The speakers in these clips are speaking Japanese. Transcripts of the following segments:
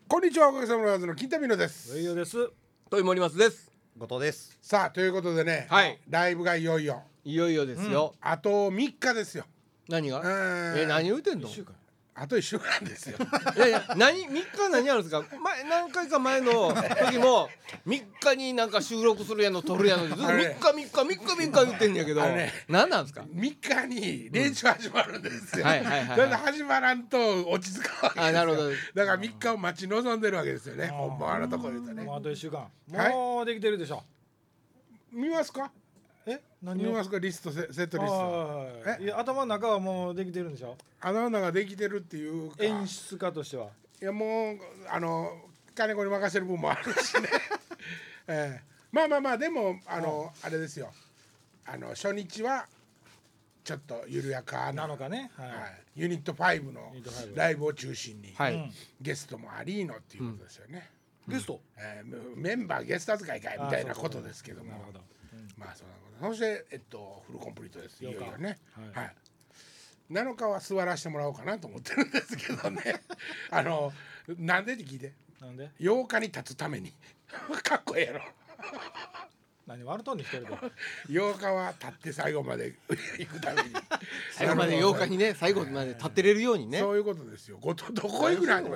こんにちは、おかげさまのはずの金田美乃です。 上与です。 とい森松です。 後藤です。 さあということでね、 はい、 ライブがいよいよですよ、 あと3日ですよ。 何が何言うてんの。 あと1週間ですよ。 いやいや、3日何あるんですか。何回か前の時も3日になんか収録するやの撮るやのずっと3日言ってんやけど、何なんですか。 3日に練習始まるんですよ。 だから始まらんと落ち着かんわけですよ。 なるほど。 だから3日を待ち望んでるわけですよね。ほんまのところ言うとね。 もうあと1週間。もうできてるでしょ。 見ますか。 何見ますか、リストセットリスト。 いや、頭の中はもうできてるんでしょ。 頭の中できてるっていうか。 演出家としては。 いやもう金子に任せる分もあるしね。まあでもあれですよ。初日はちょっと緩やかなのかね。 ユニット5のライブを中心にゲストもありのっていうことですよね。 ゲスト。 メンバーゲスト扱いかいみたいなことですけども。まあそんなこと。そしてフルコンプリートです。いよいよね。はい。7日は座らせてもらおうかなと思ってるんですけどね。なんでって聞いて。 なんで 8日に立つためにかっこええやろ。 何割るとんにしてるで。 8日は立って最後まで行くために最後まで8日にね、最後まで立ってれるようにね。 そういうことですよ。どこ行くの。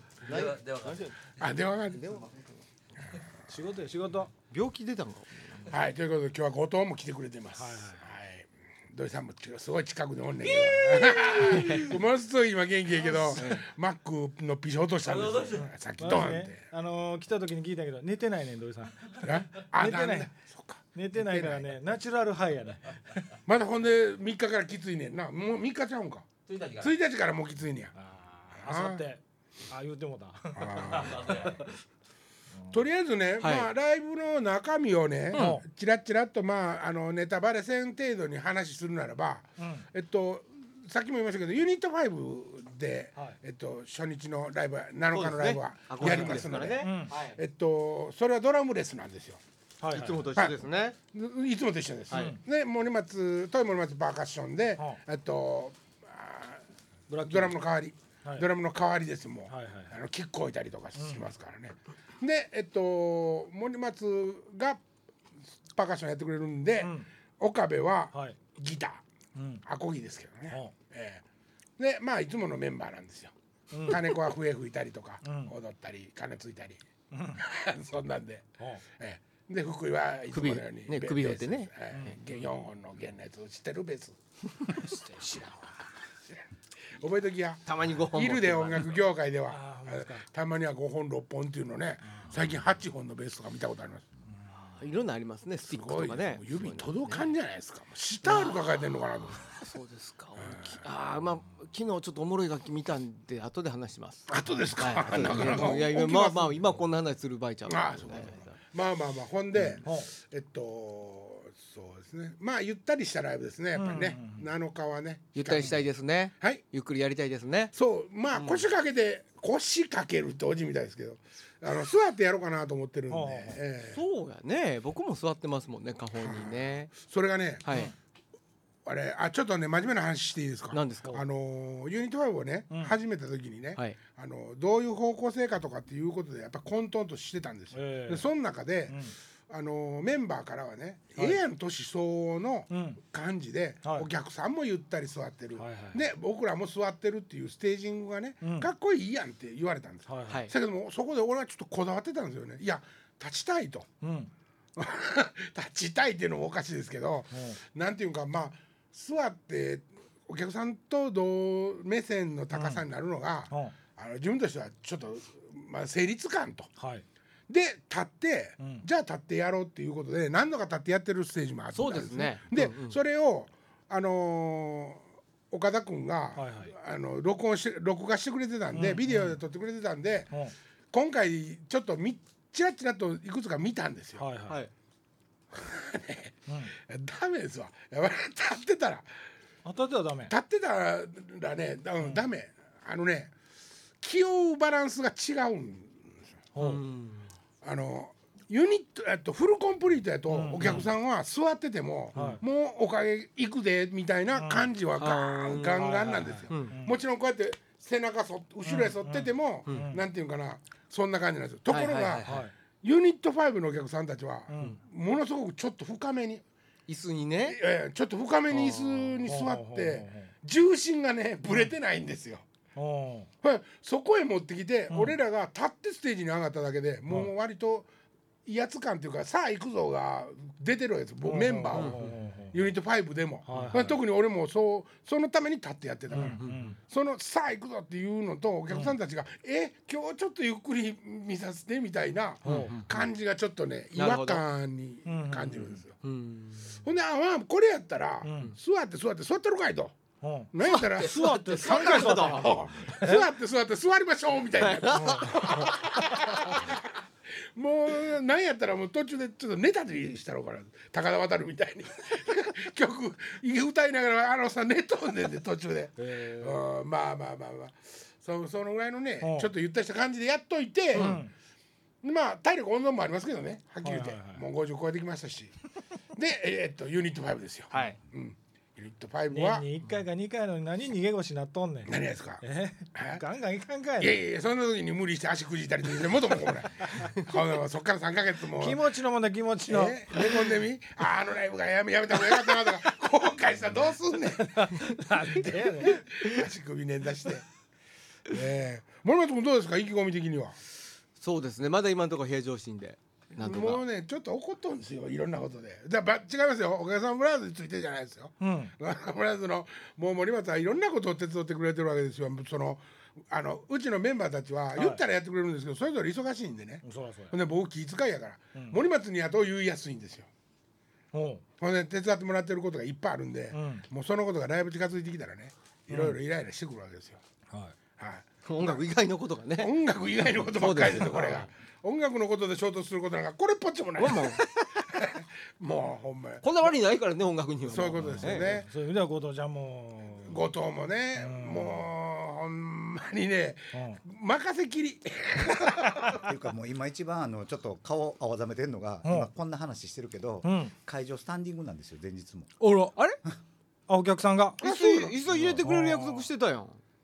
電話が仕事病気出たんか。 はい、ということで今日は後藤も来てくれてます。土井さんもすごい近くでおんねんけどものすごい今元気やけどマックのピショ落としたんですよ。さっきドンって、 来た時に聞いたけど寝てないねん土井さん。 寝てない。 寝てないからね、ナチュラルハイやね。 まだほんで3日からきついねんな。もう3日ちゃうんか。1日からもうきついねや。 あさって言うてもた。 とりあえずね、ライブの中身をね、チラッチラッとネタバレせん程度に話するならば、さっきも言いましたけどユニット5で、初日のライブ7日のライブはやりますので、それはドラムレスなんですよ。 いつもと一緒ですね。 いつもと一緒です。で森松パーカッションでドラムの代わり。ドラムの代わりです。もうキック置いたりとかしますからね。で森松がパーカッションやってくれるんで、岡部はギター、アコギですけどね。でいつものメンバーなんですよ。金子は笛吹いたりとか踊ったり鐘ついたりそんなんで。で福井はいつものように首を振ってね、 4本の弦のやつ知ってる。ベース知らんわ。覚えときや。 たまに5本いるで、音楽業界ではたまには5本6本っていうのね。最近8本のベースとか見たことあります。 いろんなありますね。スティックとかね。 指届かんじゃないですか。シタール抱えてんのかなと。 そうですか。昨日ちょっとおもろい楽器見たんで後で話します。 後ですか。 いや今こんな話する場合ちゃう。 ほんでそうですね。ゆったりしたライブですね。やっぱりね。7日はね。 ゆったりしたいですね。はい。ゆっくりやりたいですね。 そう、腰掛けるっておじみたいですけど、座ってやろうかなと思ってるんで。 そうやね。僕も座ってますもんね、下方にね。 それがね。ちょっとね真面目な話していいですか。 何ですか。 ユニット5をね始めた時にね、どういう方向性かとかっていうことでやっぱ混沌としてたんですよ。でその中で。メンバーからはね、やん年相応の感じで、お客さんもゆったり座ってる、で僕らも座ってるっていうステージングがね、かっこいいやんって言われたんです。だけどもそこで俺はちょっとこだわってたんですよね。いや立ちたいと、立ちたいっていうのもおかしいですけど、なんていうか座ってお客さんと同目線の高さになるのが、自分としてはちょっと成立感と。で立って、じゃあ立ってやろうっていうことで何度か立ってやってるステージもあったんですね。でそれを岡田君が録画してくれてたんで、ビデオで撮ってくれてたんで、今回ちょっとチラチラといくつか見たんですよ。ダメですわ。やっぱり立ってたら立ってたらねダメ。気負うバランスが違うんですよ。ユニットフルコンプリートやとお客さんは座ってても、もうおかげ行くでみたいな感じはガンガンなんですよ。もちろんこうやって背中後ろへ反ってても、なんていうかな、そんな感じなんですよ。ところがユニット5のお客さんたちはものすごくちょっと深めに椅子にね、 ちょっと深めに椅子に座って重心がねぶれてないんですよ。そこへ持ってきて、俺らが立ってステージに上がっただけでもう割と威圧感というか、さあ行くぞが出てるわけです、メンバーを。ユニット5でも、特に俺もそのために立ってやってたから、そのさあ行くぞっていうのと、お客さんたちが今日ちょっとゆっくり見させてみたいな感じがちょっとね違和感に感じるんですよ。ほんでこれやったら座ってるかいと。何やったら座って3回座った座って座りましょうみたいなもう何やったらもう途中でちょっと寝たりしたろうから高田渡るみたいに曲歌いながら寝とんねんで途中でまあそのぐらいのねちょっとゆったりした感じでやっといて、まあ体力温存もありますけどね、はっきり言ってもう50超えてきましたしでユニット5ですよ。ユニット5は年に1回か2回のに何逃げ腰なっとんねん。 何ですか。 ガンガンいかんかい。 いやそんな時に無理して足くじいたりとかもともこれそっから3ヶ月も気持ちのもんだ気持ちの。 寝込んでみライブがやめた方がよかったなとか後悔したらどうすんねん。 なんでやねん。 足首捻挫して森松君どうですか、意気込み的には。 そうですね、まだ今のところ平常心でもうねちょっと怒っとんですよ、いろんなことで。違いますよ、お客さんブラザーズについてじゃないですよ。ブラザーズのもう森松はいろんなことを手伝ってくれてるわけですよ。うちのメンバーたちは言ったらやってくれるんですけど、それぞれ忙しいんでね。ほんで僕気遣いやから、森松にやと言いやすいんですよ。ほんで手伝ってもらってることがいっぱいあるんで、もうそのことがだいぶ近づいてきたらね、いろいろイライラしてくるわけですよ。 音楽以外のことがね、 音楽以外のことばっかりですよこれが。音楽のことで衝突することなんかこれっぽっちもない。もうほんまこだわりないからね、音楽には。 そういうことですよね。 そういう意味では後藤ちゃんも後藤もね、もうほんまにね任せきりっていうかもう今一番ちょっと顔青ざめてるのが、今こんな話してるけど会場スタンディングなんですよ、前日も。 あれお客さんが椅子入れてくれる約束してたやん。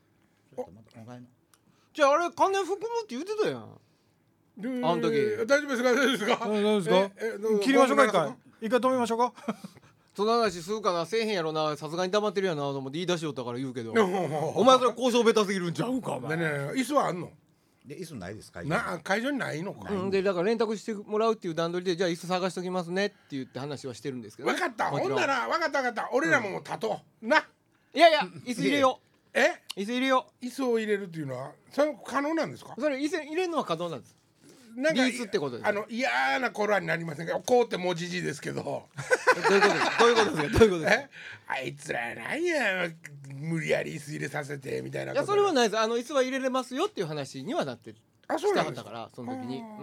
じゃああれ金含むって言ってたやん、あの時。 大丈夫ですか、大丈夫ですか、 大丈夫ですか。切りましょうか、一回止めましょうか。 その話するかな、せえへんやろな、さすがに黙ってるやなと思って言い出しよったから言うけどお前それ交渉ベタすぎるんちゃうかお前。 椅子はあんの？ で椅子ないですか、 会場にないのか。 でだから連絡してもらうっていう段取りで、じゃあ椅子探しときますねって言って話はしてるんですけど、 分かった、ほんなら分かった俺らももう立とうな。 いや椅子入れよう。 椅子入れよう。椅子を入れるっていうのはそれ可能なんですか。 それ椅子入れるのは可能なんです。 なんかリースってことです。 嫌な頃になりませんか。こうってもうじじいですけど。 どういうことですか。 あいつらなんや無理やり椅子入れさせてみたいな。 いやそれはないです。椅子は入れれますよっていう話にはなってる。 そうなんですか。 したかったからその時に。 椅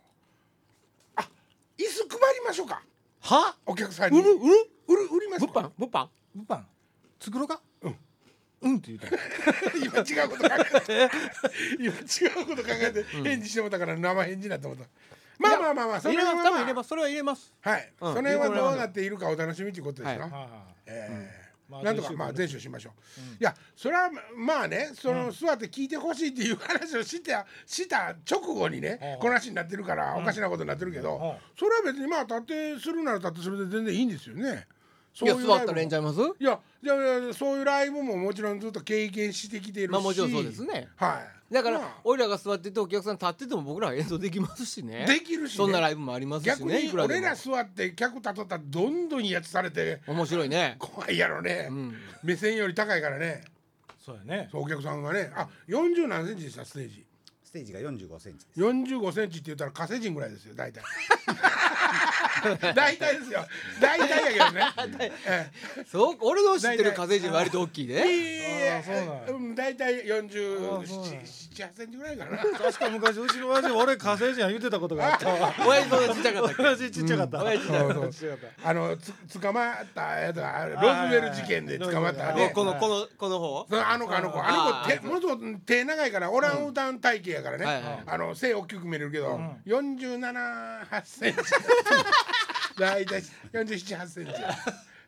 子配りましょうか。 は？ お客さんに。売ります。 物販作ろうか。って言うた。 今違うこと考えて返事してもたから生返事になってもた。まあそれは多分それは入れます。 はい、それはどうなっているかお楽しみということですな。なんとか前処しましょう。いやそれはまあね、座って聞いてほしいっていう話をした直後にねこの話になってるからおかしなことになってるけど、それは別にまあ立ってするなら立ってそれで全然いいんですよね。 いや座ったらええんちゃいます？ いやそういうライブももちろんずっと経験してきてるし、 もちろんそうですね。だから俺らが座っててお客さん立ってても僕らは演奏できますしね。 できるしね。 そんなライブもありますしね。 逆に俺ら座って客立っとったらどんどん威圧されて面白いね。 怖いやろね。目線より高いからね。 そうやね。 お客さんがね、40何センチでしたステージ。 ステージが45センチです。 45センチって言ったら火星人ぐらいですよ大体。大体ですよ。大体やけどね。 そう、俺の知ってる火星人割と大きいで。 大体47、8センチぐらいかな。 確か昔うちの親父俺火星人は言ってたことがあったわ。 親父そんなちっちゃかったっけ？ 親父ちっちゃかった。 捕まったやつがロズウェル事件で捕まったね。 この方？ あの子ものすごく手長いからオランウータン体型やからね。背大きく見えるけど47、8センチ。大体47、8センチ。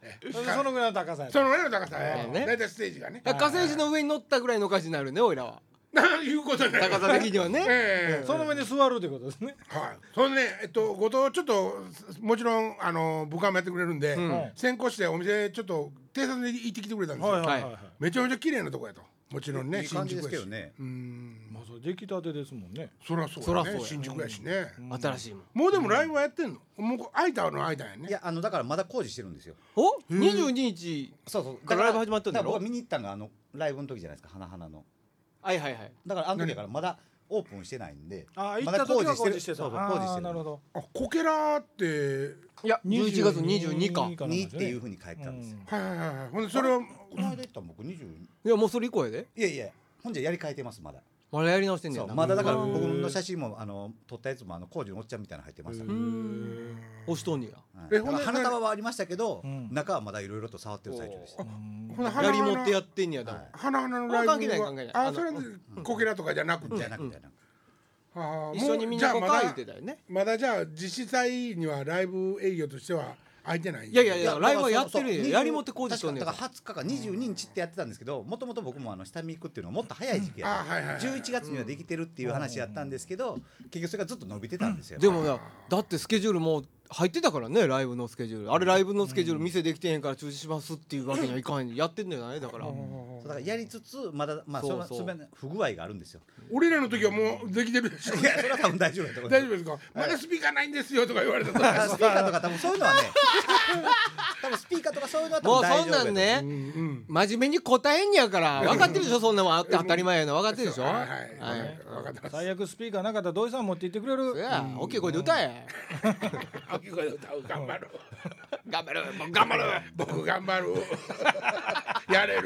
そのぐらいの高さやそのぐらいの高さやねだいたいステージがね火星人の上に乗ったぐらいの感じになるねおいらはいうことになる高さ的にはねその上に座るってことですね。 はいそのね後藤ちょっともちろん部下もやってくれるんで先行してお店ちょっと偵察で行ってきてくれたんですよめちゃめちゃ綺麗なとこやともちろんねいい感じですけどね。 まあそれ出来たてですもんね。 そりゃそうやね新宿やしね新しいもんもうでもライブはやってんのもう空いたの空いたんやねいやだからまだ工事してるんですよ。 お22日そうからライブ始まってんだろ。 僕が見に行ったのがライブの時じゃないですか花の。 はいはいはいだからあの時だからまだオープンしてないんで。 行った時は工事してた。 そう工事してる。 なるほど。 こけらっていや11月22か 2っていう風に書いてたんですよ。 はいはいはいほんでそれはこの間行ったの僕20。 いやもうそれ以降やでいやほんじゃやり替えてますまだ。 まだやり直してんねやまだだから僕の写真も撮ったやつも工事のおっちゃんみたいなの入ってました。 押しとんねや。花束はありましたけど中はまだいろいろと触ってる最中でした。 や。やり持ってやってんねやだ。 花のライブは関係ない関係ない。 あそれこけらとかじゃなくて一緒に見に行こうか言ってたよね。 まだじゃあ実際にはライブ営業としては空いてない。 いやライブはやってるよ。やりもって工事しとんねん。 だから20日か22日ってやってたんですけど、もともと僕も下見行くっていうのはもっと早い時期やった11月にはできてるっていう話やったんですけど、結局それがずっと伸びてたんですよ。 でもだってスケジュールもう入ってたからねライブのスケジュール。あれライブのスケジュール店できてへんから中止しますっていうわけにはいかん。やってんじゃないだから。 だからやりつつまだまあその不具合があるんですよ。 俺らの時はもうできてるでしょ。 いやそれは多分大丈夫だと思います。 大丈夫ですか。まだスピーカーないんですよとか言われたとか。 スピーカーとか多分そういうのはね。多分スピーカーとかそういうのは多分大丈夫。 もうそんなんね、真面目に答えんやから分かってるでしょ。そんなもんあって当たり前やの分かってるでしょ。はい分かってます。最悪スピーカーなかったら土井さん持って行ってくれる。 いや大きい声で歌え。 大きい声で歌う頑張る頑張る僕頑張るやれる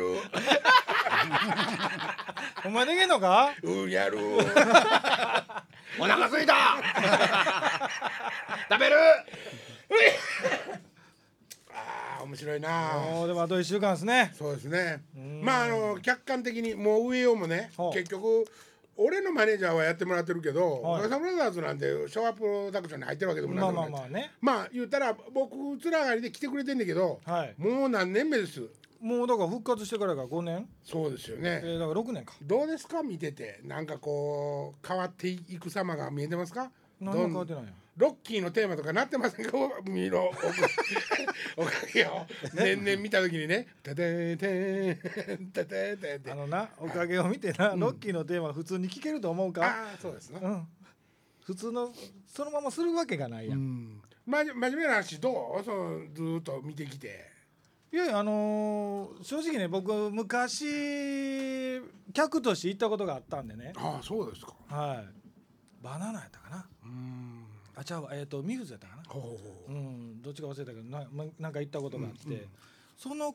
お前できんのか。 やるお腹すいた食べる面白いな。 でもあと1週間ですね。 そうですね。まあ客観的にもう上をもね結局俺のマネージャーはやってもらってるけどおかさブラザーズなんて昭和プロダクションに入ってるわけでもないのでまあ言ったら僕つながりで来てくれてんだけどもう何年目です。 もうだから復活してからが5年。 そうですよね。 だから6年か。 どうですか見ててなんかこう変わっていく様が見えてますか。 何も変わってないよ。 ロッキーのテーマとかなってませんか。海のおかげを年々見た時にねテテテンテテテテおかげを見てなロッキーのテーマ普通に聴けると思うか。 ああそうですね。 普通のそのままするわけがないやん。 真面目な話どうずっと見てきて。 いや正直ね僕昔客として行ったことがあったんでね。 ああそうですか。 はい。バナナやったかな。あちゃうミフズやったかな。どっちか忘れたけどなんか行ったことがあって、その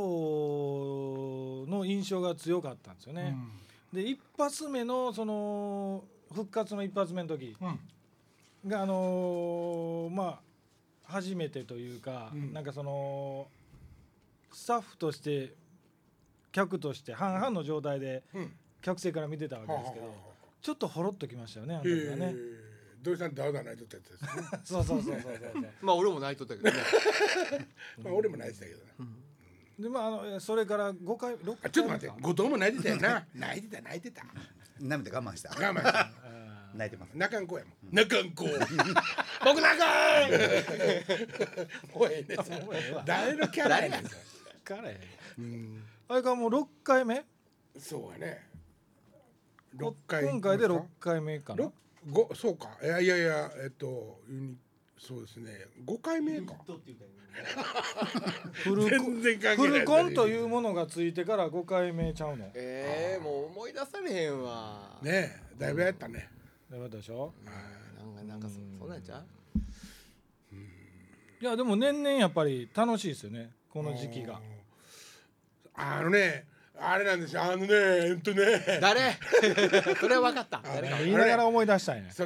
頃の印象が強かったんですよね。で一発目のその復活の一発目の時がまあ初めてというか、なんかそのスタッフとして客として半々の状態で客席から見てたわけですけど、ちょっとほろっときましたよねあの時はね。 土井さんダウダー泣いとったやつですね。 そうまあ俺も泣いとったけどね。 まあ俺も泣いてたけどね。 でまあそれから5回6回ちょっと待って後藤も泣いてたよな。泣いてた涙我慢した我慢した泣いてます。 泣かん子やもん。泣かん子僕泣かんもうええね誰のキャラやねん。 彼あれからもう6回目。 そうやね。6回今回で6回目かな。 そうかいやそうですね5回目か。 フルコンというものがついてから5回目ちゃうの。 もう思い出されへんわねえだいぶやったね。 だいぶやったでしょ。 なんかそんなんちゃう。 いやでも年々やっぱり楽しいですよねこの時期が。 あれなんですよ誰それは分かった。 言いながら思い出したんや。 そう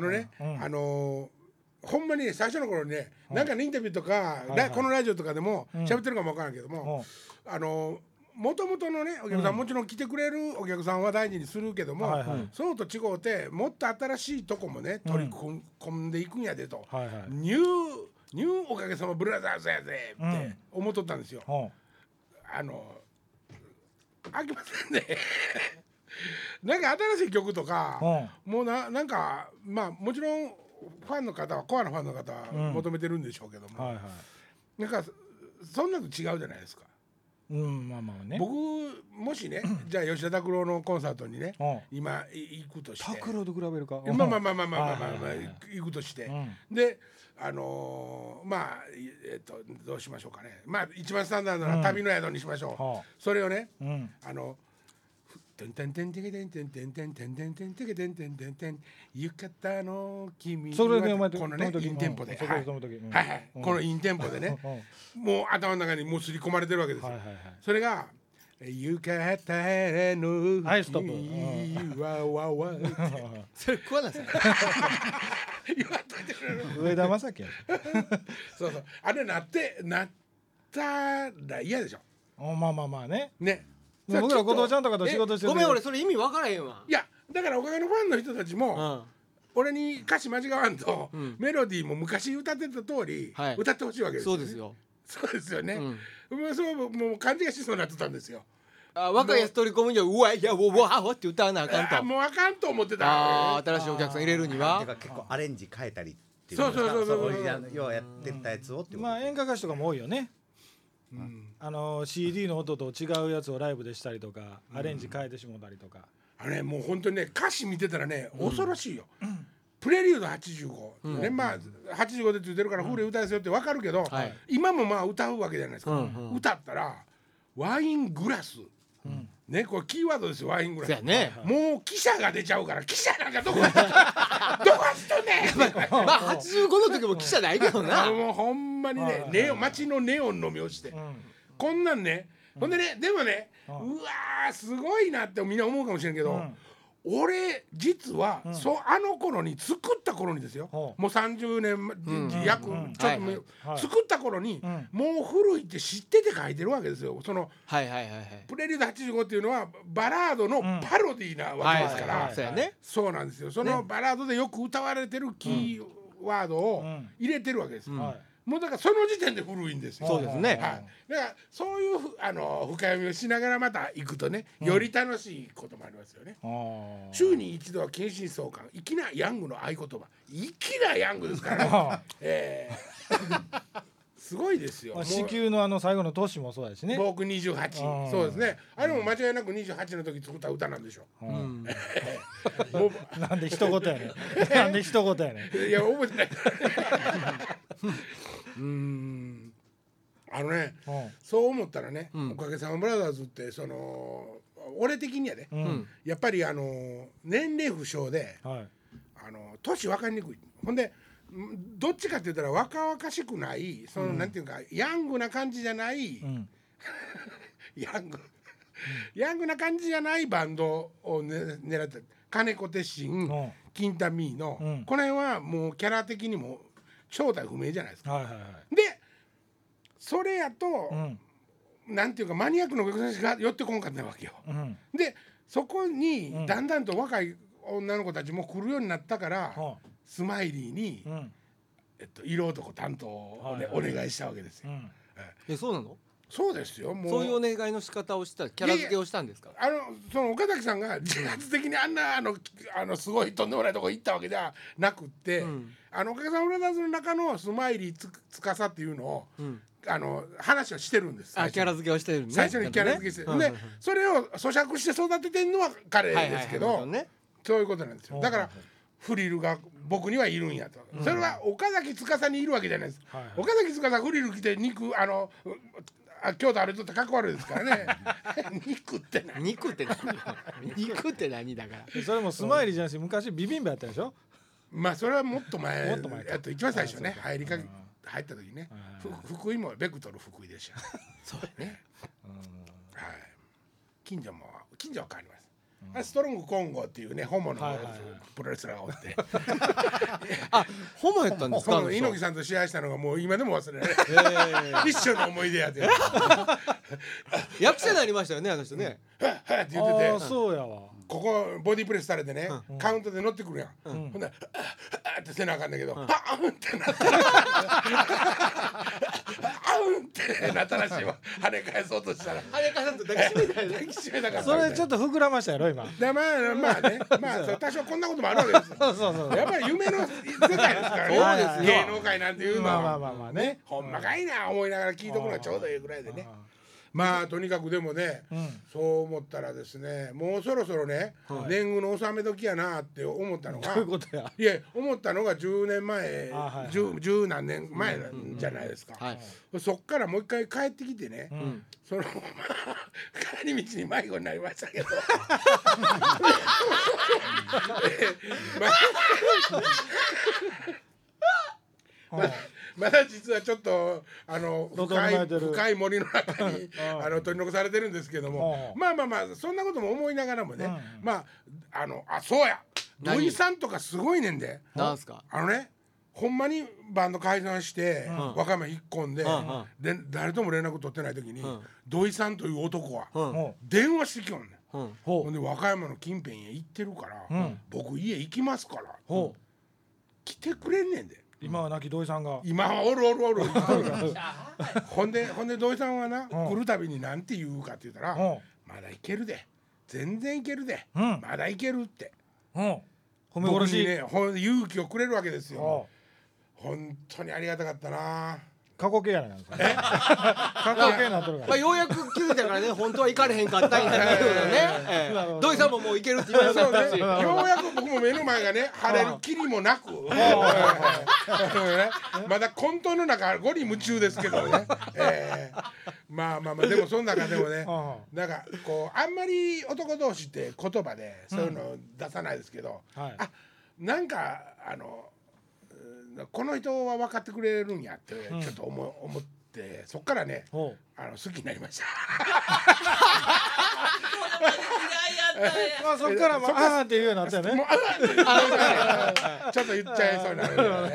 ほんまに最初の頃にねなんかのインタビューとかこのラジオとかでも喋ってるかも分からんけどももともとのねお客さんもちろん来てくれるお客さんは大事にするけどもそうと違うてもっと新しいとこもね取り込んでいくんやでとニュニューおかげさまブラザーズやぜって思っとったんですよ。飽きませんねなんか新しい曲とか、もうなんかまあもちろんファンの方はコアなファンの方は求めてるんでしょうけども、なんかそんなの違うじゃないですか。 まあまあね。 僕もしねじゃあ吉田拓郎のコンサートにね今行くとして、 拓郎と比べるか、 まあ行くとして、でまあどうしましょうかね。まあ一番スタンダードな旅の宿にしましょう。それをねてんてんてんてけてんてんてんてんてんてんてんてけてんてんてんてん浴衣の君それでこのねインテンポでこのインテンポでねもう頭の中にもう刷り込まれてるわけですよ。それが浴衣のはいストップわわわそれ桑名さん言わんといてくれる上田正樹やそうあれなったら嫌でしょ。 まあね僕ら後藤ちゃんとかと仕事してる。 ごめん俺それ意味分からへんわ。 いやだからおかげのファンの人たちも俺に歌詞間違わんとメロディーも昔歌ってた通り歌ってほしいわけですよ。 そうですよ。 そうですよね。そうもう勘違いしそうになってたんですよ。 若いやつ取り込むにはうわいやうわわって歌わなあかんと。 もうあかんと思ってた。 新しいお客さん入れるには結構アレンジ変えたりっていうそう要はやってたやつをってこと。 まあ演歌歌手とかも多いよね。CD の音と違うやつをライブでしたりとかアレンジ変えてしもたりとか、 もう本当にね歌詞見てたらね恐ろしいよ。プレリュード85ね、まあ85でついてるからフルで歌えすよって分かるけど、今もまあ歌うわけじゃないですか。歌ったらワイングラスね、これキーワードですよ。ワイングラスもう記者が出ちゃうから。記者なんかどこがしとねまあ85の時も記者ないけどなもうほんまにね街のネオン飲み落ちてこんなんね。ほんでねでもねうわーすごいなってみんな思うかもしれんけど、俺実はあの頃に作った頃にですよ、もう30年約ちょっと作った頃にもう古いって知ってて書いてるわけですよ。そのプレリュード85っていうのはバラードのパロディーなわけですから、そうなんですよ。そのバラードでよく歌われてるキーワードを入れてるわけです。もうだからその時点で古いんですよ。 そうですね。 だからそういう深読みをしながらまた行くとねより楽しいこともありますよね。週に一度は謹慎相関粋なヤングの合言葉粋なヤングですからねすごいですよ。 子宮の最後の年もそうだしね。 僕28そうですね。あれも間違いなく28の時作った歌なんでしょなんで一言やねんなんで一言やねんいや覚えてないそう思ったらね、おかげさまブラザーズって俺的にはね、やっぱり年齢不詳で年分かりにくい。ほんでどっちかって言ったら若々しくないなんていうかヤングな感じじゃないヤングな感じじゃないバンドを狙って金子鉄心金田ミーのこの辺はもうキャラ的にも正体不明じゃないですか。でそれやとなんていうかマニアックなお客さんしか寄ってこんかったわけよ。でそこにだんだんと若い女の子たちも来るようになったからスマイリーに色男担当をお願いしたわけですよ。 そうなの？ そうですよ。もうそういうお願いの仕方をしたキャラ付けをしたんですか？ その岡崎さんが自発的にあんなすごいとんでもないとこ行ったわけじゃなくって、おかげさまブラザーズの中のスマイリー司っていうのを話をしてるんです。 キャラ付けをしてるね。 最初にキャラ付けしてる。でそれを咀嚼して育ててるのは彼ですけど、そういうことなんですよ。だからフリルが僕にはいるんやと。それは岡崎司にいるわけじゃないです。岡崎司フリル着て肉京都歩いとったらかっこ悪いですからね肉って何だからそれもスマイリーじゃなくて昔ビビンバやったでしょ。 まあそれはもっと前一番最初ね入った時ね福井もベクトル福井でしたそうだね。 近所は変わります。ストロングコンゴっていうねホモのプロレスラーがおってホモやったんですか。 猪木さんと試合したのがもう今でも忘れない一生の思い出やで役者になりましたよねあの人ねって言っててそうやわ。 ここボディプレスされてねカウントで乗ってくるやん。ほんならーってせなあかんだけど、はあんってなったらあうんってなったらしいわ。跳ね返そうとしたら跳ね返さんと抱きしめたよね。 抱きしめたかった。 それちょっと膨らましたやろ今。 でまあね、まあ多少こんなこともあるわけですよ。 そうやっぱり夢の世界ですからね。 そうですよ芸能界なんていうのはまあね。 ほんまかいな思いながら聞いとくのはちょうどいいぐらいでね。まあとにかくでもね、そう思ったらですね、もうそろそろね、年貢の納め時やなって思ったのが、 どういうことや。 いや思ったのが10年前、10何年前じゃないですか。そっからもう一回帰ってきてね、その帰り道に迷子になりましたけどまだ実はちょっと深い森の中に取り残されてるんですけども、まあそんなことも思いながらもね、まあそうや土井さんとかすごいねんで。 なんすか。 ほんまにバンド解散して和歌山引っ込んで誰とも連絡取ってない時に土井さんという男は電話してきよんねん。ほんで和歌山の近辺へ行ってるから僕家行きますから来てくれんねんで。 今は亡き土井さんが。 今はおるほんで土井さんはな来るたびになんて言うかって言ったらまだいけるで全然いけるでまだいけるって褒め殺しね勇気をくれるわけですよ。本当にありがたかったな。 過去形やないか。過去形になっとるから。 まあようやく気づいたからね、本当は行かれへんかったんやけどね。土井さんももう行けるって言われたし、 ようやく僕も目の前がね晴れるきりもなくまだ混沌の中ゴリ夢中ですけどね。まあでもその中でもねなんかこうあんまり男同士って言葉でそういうの出さないですけど、なんかこの人は分かってくれるんやってちょっと思ってそっからね好きになりました。 まあそっからもあーっていうようになったよね。 ちょっと言っちゃいそうになる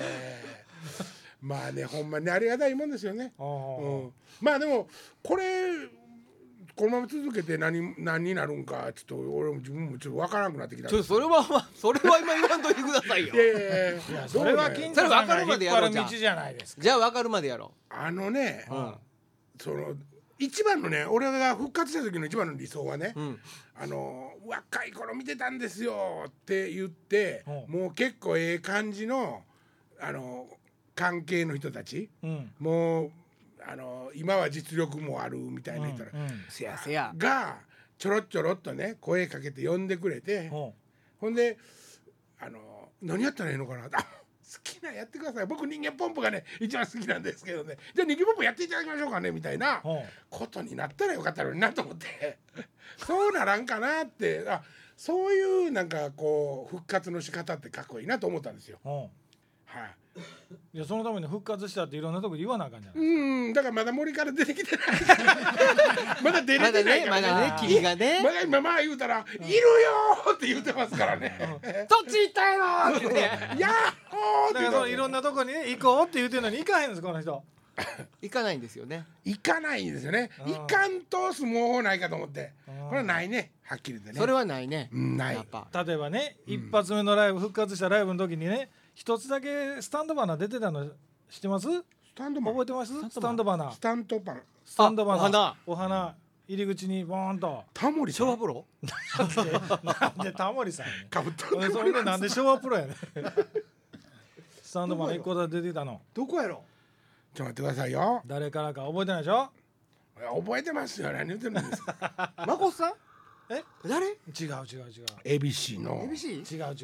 まあねほんまにありがたいもんですよね。まあでもこのまま続けて何になるんかちょっと俺も自分もちょっと分からなくなってきた。 それは今言わんといてくださいよ。 いやそれは金太さんが引っ張る道じゃないですか。 じゃあ分かるまでやろう。 その一番のね俺が復活した時の一番の理想はね、若い頃見てたんですよって言ってもう結構ええ感じの関係の人たち、もう今は実力もあるみたいな人がちょろちょろっとね声かけて呼んでくれて、ほんで何やったらいいのかな好きなやってください僕人間ポンプがね一番好きなんですけどねじゃあ人間ポンプやっていただきましょうかねみたいなことになったらよかったのになと思ってそうならんかなってそういうなんかこう復活の仕方ってかっこいいなと思ったんですよ。 いやそのために復活したっていろんなとこで言わなあかんじゃない。 だからまだ森から出てきてないまだ出れてないからまだね霧がねまだ今言うたらいるよって言ってますからねそっち行ったよーってねやっほーってだからいろんなとこにね行こうって言ってるのに行かへんんですこの人。 行かないんですよね。 行かないんですよね。行かんと相撲法ないかと思ってこれはないねはっきり言ってね。 それはないね。 ない例えばね一発目のライブ復活したライブの時にね一つだけスタンドバナー出てたの知ってます？ スタンドバナー覚えてます？スタンドバナー。 スタンドバナー。 スタンドバナー。お花入り口にボーンと。 タモリさん。 昭和プロ？ なんでタモリさんね。 かぶった。 それでなんで昭和プロやね。スタンドバナー一個だけ出てたの。 どこやろ？ ちょっと待ってくださいよ。 誰からか覚えてないでしょ？ 覚えてますよ。何言ってるんですか。 まこさん？誰？ 違う。 ABC の。 ABC？ 違う。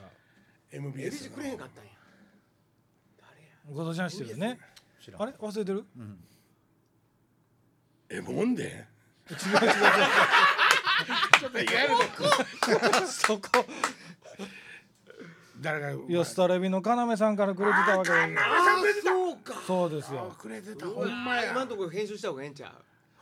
MBS くれへんかったんや。 ごとちゃん知ってるよね。あれ忘れてる？ もんで？ 違う。 ちょっと意外なそこ。 誰が？ いやスタレビの要さんからくれてたわけ。 そうか。 そうですよ。 くれてた。ほんまや。 今のところ編集した方がええんちゃう？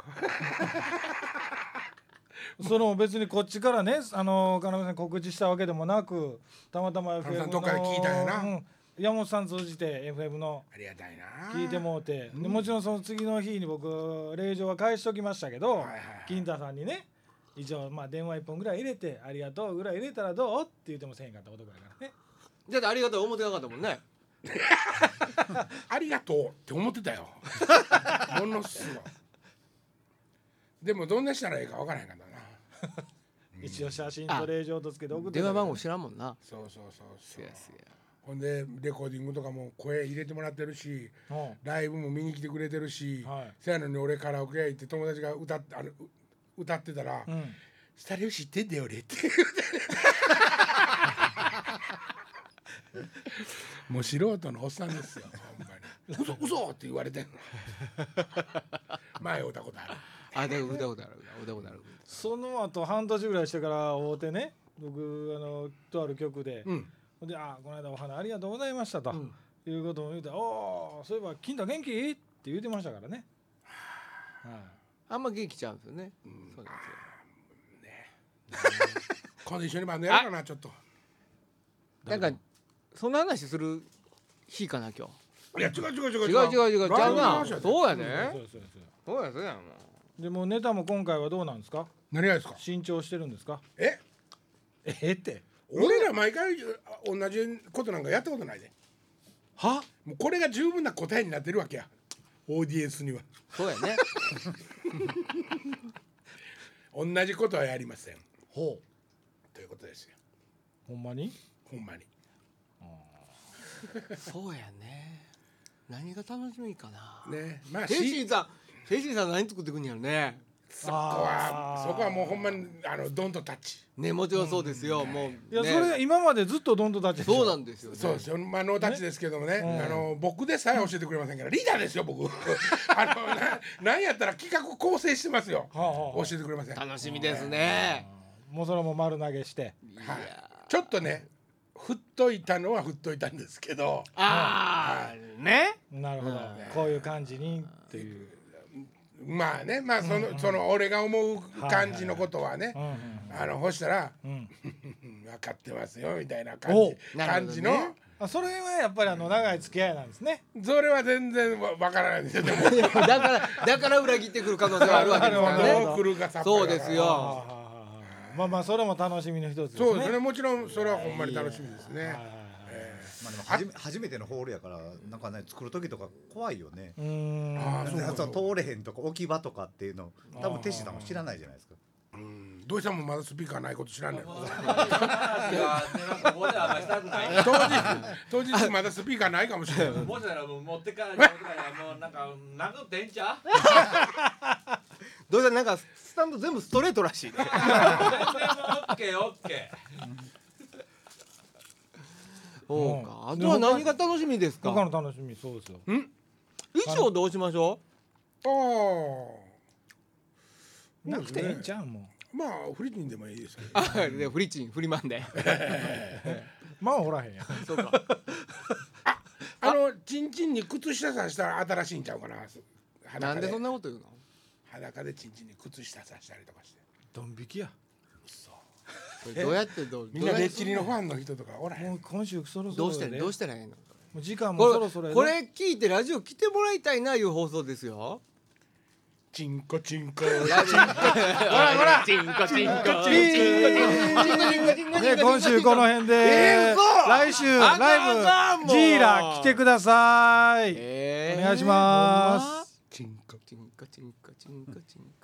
その別にこっちからね要さん告知したわけでもなくたまたま FM のどっかで聞いたんやな。 山本さん通じて FM のありがたいな聞いてもうて、でもちろんその次の日に僕令状は返しときましたけど、金太さんにね一応電話1本ぐらい入れてありがとうぐらい入れたらどうって言ってもせんかった男だからね。 だってありがとう思ってなかったもんね。 ありがとうって思ってたよ。ものすごい。でもどんなしたらいいかわからへんかったな。 一応写真と令状とつけて送って電話番号知らんもんな。 そう。ほんでレコーディングとかも声入れてもらってるし、ライブも見に来てくれてるし、せやのに俺カラオケ屋行って友達が歌ってたら「スタリオ知ってんだよ俺」って言うてもう素人のおっさんですよほんまに。嘘って言われてんの。前会うたことある。 あ、で歌うことある。 その後半年ぐらいしてから会うてね、僕とある曲で、でこの間お花ありがとうございましたと、いうことも言うて、そういえば金太元気って言ってましたからね。 あんま元気ちゃうんですよね。そうですよ。今度一緒にバンドやろうかなちょっと。 なんかそんな話する日かな今日。 いや違う。 じゃあな、そうやね。そうやもう。 でもネタも今回はどうなんですか？ 何がですか？ 新調してるんですか？って俺ら毎回同じことなんかやったことないで。 は？ もうこれが十分な答えになってるわけや。オーディエンスには。 そうやね。 同じことはやりません。 ほう。 ということですよ。 ほんまに？ ほんまに。 そうやね。何が楽しみかな。 ね、まあフェシーさん何作ってくんやろね。 そこはもうほんまにドンとタッチ。 ね、もちろんそうですよ。もういやそれ今までずっとドンとタッチ。 そうなんですよ。 そうですよ。まあノータッチですけどもね。僕でさえ教えてくれませんからリーダーですよ僕。なんやったら企画構成してますよ。教えてくれません。 楽しみですね。 もうそれも丸投げして。 ちょっとね。振っといたのは振っといたんですけど。 ね。 なるほど。こういう感じにっていう。 まあね、まあその俺が思う感じのことはね、ほしたら分かってますよみたいな感じの。 それはやっぱり長い付き合いなんですね。 それは全然分からないですよ。 だから裏切ってくる可能性があるわけですからね。そうですよ。 まあそれも楽しみの一つですね。 そうですね。もちろんそれはほんまに楽しみですね。 まあでも初めてのホールやからなんかね作る時とか怖いよね。通れへんとか置き場とかっていうの多分テシさんも知らないじゃないですか。 土井さんもまだスピーカーないこと知らんねん。当日まだスピーカーないかもしれない。 もしかしたら持ってからもうなんか殴ってんちゃう？ 土井さんなんかスタンド全部ストレートらしい。 オッケー。 そうか。あとは何が楽しみですか？ 他の楽しみそうですよ。 衣装どうしましょう？なくていいんちゃうもう。まあフリチンでもいいですけど。フリチンフリマンで。 まあおらへんや。 そうか。 チンチンに靴下さしたら新しいんちゃうかな。 なんでそんなこと言うの？ 裸でチンチンに靴下さしたりとかして。 ドン引きや。 どうやってみんなレッチリのファンの人とかおらへん。 もう今週そろそろどうしたらいいの？ もう時間もそろそろこれ聞いてラジオ来てもらいたいないう放送ですよ。 チンコチンコ。 ほらチンコチンコチンコ。 ね今週この辺で。来週ライブジーラ来てください。お願いします。 チンコチンコチンコチンコチンコ。